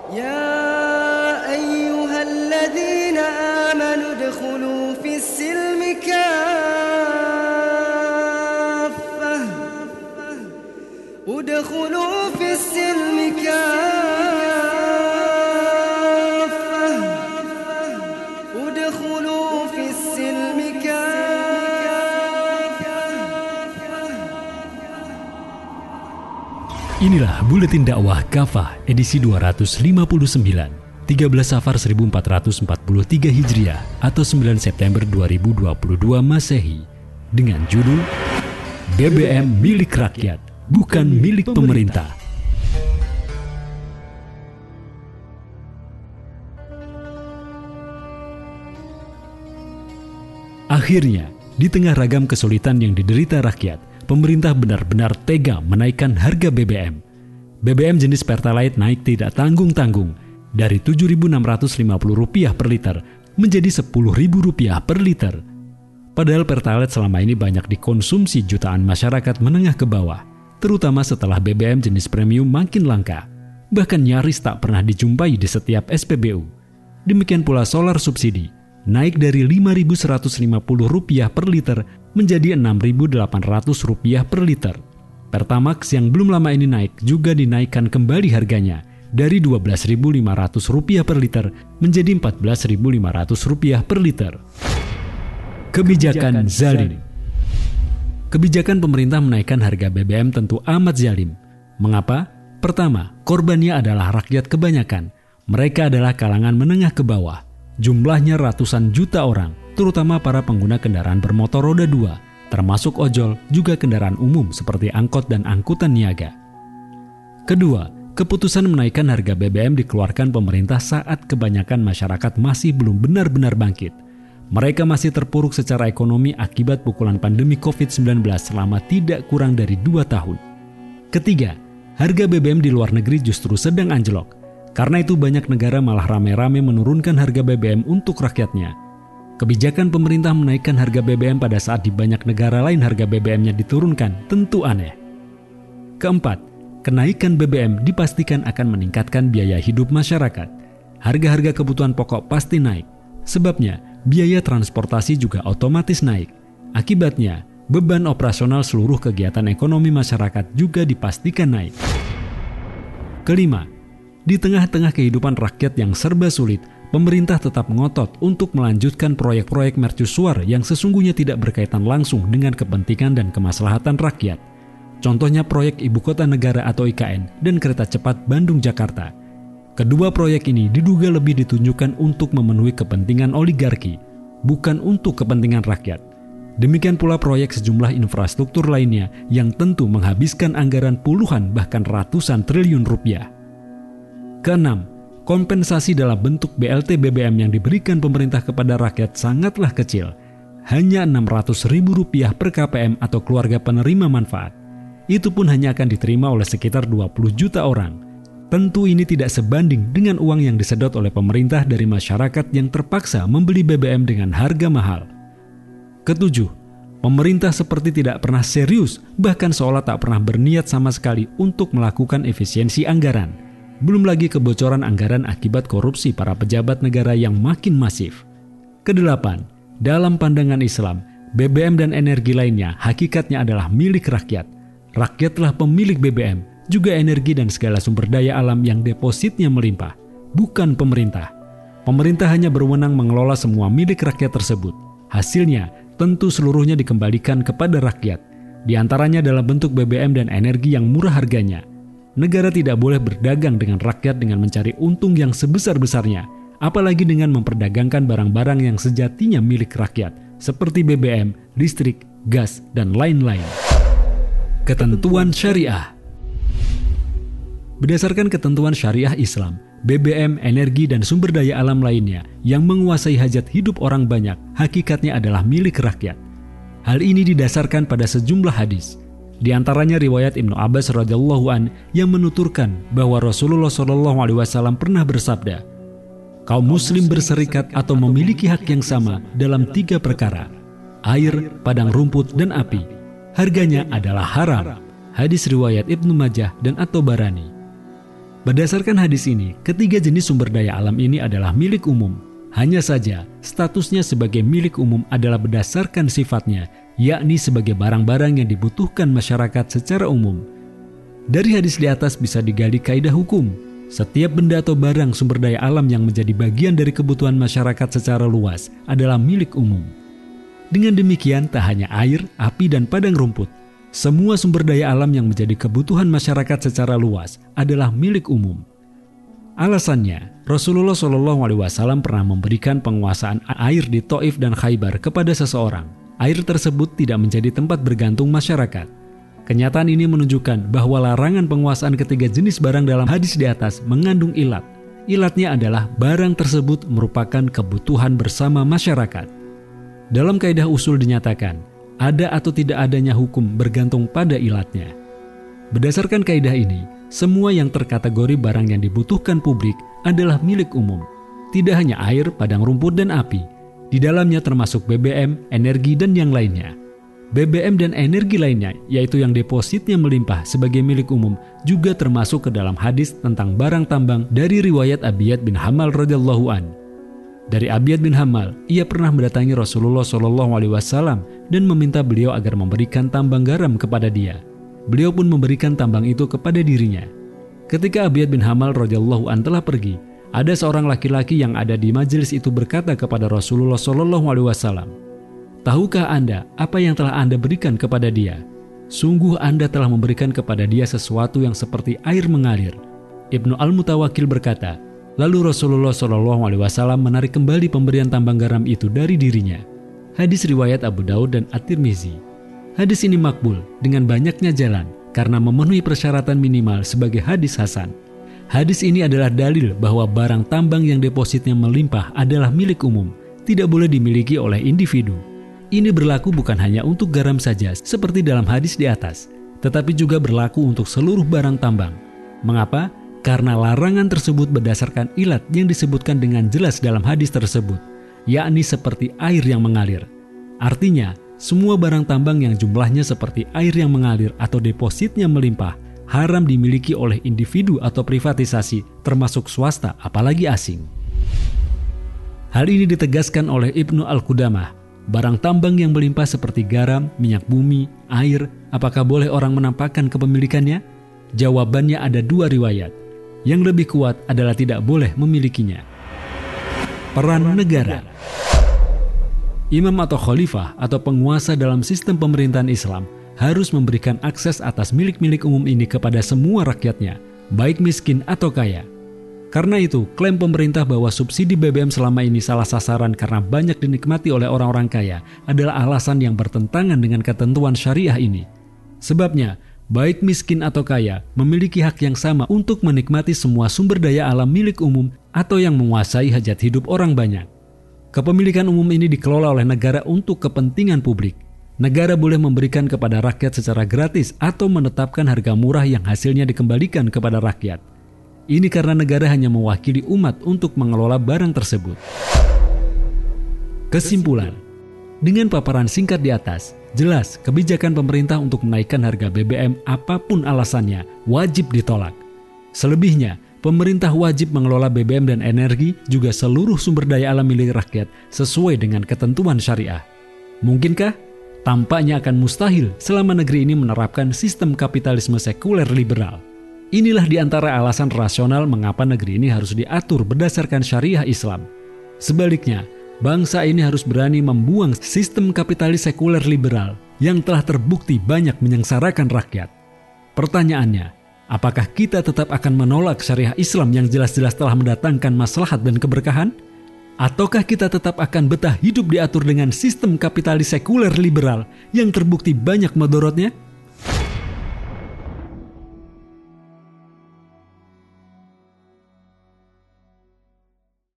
يا أيها الذين آمنوا ادخلوا في السلم كافة ادخلوا في السلم كافة ادخلوا في السلم كافة. Inilah Buletin Dakwah Kafah edisi 259, 13 Safar 1443 Hijriah atau 9 September 2022 Masehi dengan judul BBM milik rakyat, bukan milik pemerintah. Akhirnya, di tengah ragam kesulitan yang diderita rakyat, pemerintah benar-benar tega menaikkan harga BBM. BBM jenis Pertalite naik tidak tanggung-tanggung dari Rp7.650 per liter menjadi Rp10.000 per liter. Padahal Pertalite selama ini banyak dikonsumsi jutaan masyarakat menengah ke bawah, terutama setelah BBM jenis premium makin langka, bahkan nyaris tak pernah dijumpai di setiap SPBU. Demikian pula solar subsidi, naik dari Rp5.150 per liter menjadi Rp6.800 per liter. Pertamax yang belum lama ini naik juga dinaikkan kembali harganya dari Rp12.500 per liter menjadi Rp14.500 per liter. Kebijakan zalim. Kebijakan pemerintah menaikkan harga BBM tentu amat zalim. Mengapa? Pertama, korbannya adalah rakyat kebanyakan. Mereka adalah kalangan menengah ke bawah. Jumlahnya ratusan juta orang, terutama para pengguna kendaraan bermotor roda 2, termasuk ojol, juga kendaraan umum seperti angkot dan angkutan niaga. Kedua, keputusan menaikkan harga BBM dikeluarkan pemerintah saat kebanyakan masyarakat masih belum benar-benar bangkit. Mereka masih terpuruk secara ekonomi akibat pukulan pandemi COVID-19 selama tidak kurang dari 2 tahun. Ketiga, harga BBM di luar negeri justru sedang anjlok. Karena itu banyak negara malah rame-rame menurunkan harga BBM untuk rakyatnya. Kebijakan pemerintah menaikkan harga BBM pada saat di banyak negara lain harga BBM-nya diturunkan tentu aneh. Keempat, kenaikan BBM dipastikan akan meningkatkan biaya hidup masyarakat. Harga-harga kebutuhan pokok pasti naik. Sebabnya, biaya transportasi juga otomatis naik. Akibatnya, beban operasional seluruh kegiatan ekonomi masyarakat juga dipastikan naik. Kelima, di tengah-tengah kehidupan rakyat yang serba sulit, pemerintah tetap ngotot untuk melanjutkan proyek-proyek mercusuar yang sesungguhnya tidak berkaitan langsung dengan kepentingan dan kemaslahatan rakyat. Contohnya proyek Ibu Kota Negara atau IKN dan kereta cepat Bandung-Jakarta. Kedua proyek ini diduga lebih ditunjukkan untuk memenuhi kepentingan oligarki, bukan untuk kepentingan rakyat. Demikian pula proyek sejumlah infrastruktur lainnya yang tentu menghabiskan anggaran puluhan bahkan ratusan triliun rupiah. Keenam, kompensasi dalam bentuk BLT BBM yang diberikan pemerintah kepada rakyat sangatlah kecil, hanya Rp600.000 per KPM atau keluarga penerima manfaat. Itu pun hanya akan diterima oleh sekitar 20 juta orang. Tentu ini tidak sebanding dengan uang yang disedot oleh pemerintah dari masyarakat yang terpaksa membeli BBM dengan harga mahal. Ketujuh, pemerintah seperti tidak pernah serius, bahkan seolah tak pernah berniat sama sekali untuk melakukan efisiensi anggaran. Belum lagi kebocoran anggaran akibat korupsi para pejabat negara yang makin masif. Kedelapan, dalam pandangan Islam, BBM dan energi lainnya hakikatnya adalah milik rakyat. Rakyatlah pemilik BBM, juga energi dan segala sumber daya alam yang depositnya melimpah, bukan pemerintah. Pemerintah hanya berwenang mengelola semua milik rakyat tersebut. Hasilnya, tentu seluruhnya dikembalikan kepada rakyat. Di antaranya dalam bentuk BBM dan energi yang murah harganya. Negara tidak boleh berdagang dengan rakyat dengan mencari untung yang sebesar-besarnya, apalagi dengan memperdagangkan barang-barang yang sejatinya milik rakyat, seperti BBM, listrik, gas, dan lain-lain. Ketentuan Syariah. Berdasarkan ketentuan syariah Islam, BBM, energi, dan sumber daya alam lainnya yang menguasai hajat hidup orang banyak hakikatnya adalah milik rakyat. Hal ini didasarkan pada sejumlah hadis. Di antaranya riwayat Ibnu Abbas radhiyallahu an yang menuturkan bahwa Rasulullah SAW pernah bersabda, kaum muslim berserikat atau memiliki hak yang sama dalam 3 perkara, air, padang rumput, dan api. Harganya adalah haram. Hadis riwayat Ibnu Majah dan At-Tabarani. Berdasarkan hadis ini, ketiga jenis sumber daya alam ini adalah milik umum. Hanya saja, statusnya sebagai milik umum adalah berdasarkan sifatnya, yakni sebagai barang-barang yang dibutuhkan masyarakat secara umum. Dari hadis di atas bisa digali kaidah hukum. Setiap benda atau barang sumber daya alam yang menjadi bagian dari kebutuhan masyarakat secara luas adalah milik umum. Dengan demikian, tak hanya air, api, dan padang rumput, semua sumber daya alam yang menjadi kebutuhan masyarakat secara luas adalah milik umum. Alasannya, Rasulullah SAW pernah memberikan penguasaan air di Taif dan Khaybar kepada seseorang. Air tersebut tidak menjadi tempat bergantung masyarakat. Kenyataan ini menunjukkan bahwa larangan penguasaan ketiga jenis barang dalam hadis di atas mengandung ilat. Ilatnya adalah barang tersebut merupakan kebutuhan bersama masyarakat. Dalam kaidah usul dinyatakan, ada atau tidak adanya hukum bergantung pada ilatnya. Berdasarkan kaidah ini, semua yang terkategori barang yang dibutuhkan publik adalah milik umum. Tidak hanya air, padang rumput, dan api. Di dalamnya termasuk BBM, energi, dan yang lainnya. BBM dan energi lainnya, yaitu yang depositnya melimpah sebagai milik umum, juga termasuk ke dalam hadis tentang barang tambang dari riwayat Abiyad bin Hamal radhiyallahu an. Dari Abiyad bin Hamal, ia pernah mendatangi Rasulullah SAW dan meminta beliau agar memberikan tambang garam kepada dia. Beliau pun memberikan tambang itu kepada dirinya. Ketika Abiyad bin Hamal radhiyallahu an telah pergi, ada seorang laki-laki yang ada di majelis itu berkata kepada Rasulullah SAW, "Tahukah Anda apa yang telah Anda berikan kepada dia? Sungguh Anda telah memberikan kepada dia sesuatu yang seperti air mengalir." Ibnu Al-Mutawakil berkata, lalu Rasulullah SAW menarik kembali pemberian tambang garam itu dari dirinya. Hadis riwayat Abu Daud dan At-Tirmizi. Hadis ini makbul dengan banyaknya jalan karena memenuhi persyaratan minimal sebagai hadis hasan. Hadis ini adalah dalil bahwa barang tambang yang depositnya melimpah adalah milik umum, tidak boleh dimiliki oleh individu. Ini berlaku bukan hanya untuk garam saja seperti dalam hadis di atas, tetapi juga berlaku untuk seluruh barang tambang. Mengapa? Karena larangan tersebut berdasarkan ilat yang disebutkan dengan jelas dalam hadis tersebut, yakni seperti air yang mengalir. Artinya, semua barang tambang yang jumlahnya seperti air yang mengalir atau depositnya melimpah, haram dimiliki oleh individu atau privatisasi, termasuk swasta, apalagi asing. Hal ini ditegaskan oleh Ibnu Al-Qudamah. Barang tambang yang melimpah seperti garam, minyak bumi, air, apakah boleh orang menampakkan kepemilikannya? Jawabannya ada dua riwayat. Yang lebih kuat adalah tidak boleh memilikinya. Peran negara. Imam atau khalifah atau penguasa dalam sistem pemerintahan Islam harus memberikan akses atas milik-milik umum ini kepada semua rakyatnya, baik miskin atau kaya. Karena itu, klaim pemerintah bahwa subsidi BBM selama ini salah sasaran karena banyak dinikmati oleh orang-orang kaya adalah alasan yang bertentangan dengan ketentuan syariah ini. Sebabnya, baik miskin atau kaya memiliki hak yang sama untuk menikmati semua sumber daya alam milik umum atau yang menguasai hajat hidup orang banyak. Kepemilikan umum ini dikelola oleh negara untuk kepentingan publik. Negara boleh memberikan kepada rakyat secara gratis atau menetapkan harga murah yang hasilnya dikembalikan kepada rakyat. Ini karena negara hanya mewakili umat untuk mengelola barang tersebut. Kesimpulan, dengan paparan singkat di atas, jelas kebijakan pemerintah untuk menaikkan harga BBM apapun alasannya wajib ditolak. Selebihnya, pemerintah wajib mengelola BBM dan energi juga seluruh sumber daya alam milik rakyat sesuai dengan ketentuan syariah. Mungkinkah? Tampaknya akan mustahil selama negeri ini menerapkan sistem kapitalisme sekuler liberal. Inilah di antara alasan rasional mengapa negeri ini harus diatur berdasarkan syariah Islam. Sebaliknya, bangsa ini harus berani membuang sistem kapitalis sekuler liberal yang telah terbukti banyak menyengsarakan rakyat. Pertanyaannya, apakah kita tetap akan menolak syariah Islam yang jelas-jelas telah mendatangkan maslahat dan keberkahan? Ataukah kita tetap akan betah hidup diatur dengan sistem kapitalis sekuler liberal yang terbukti banyak madorotnya?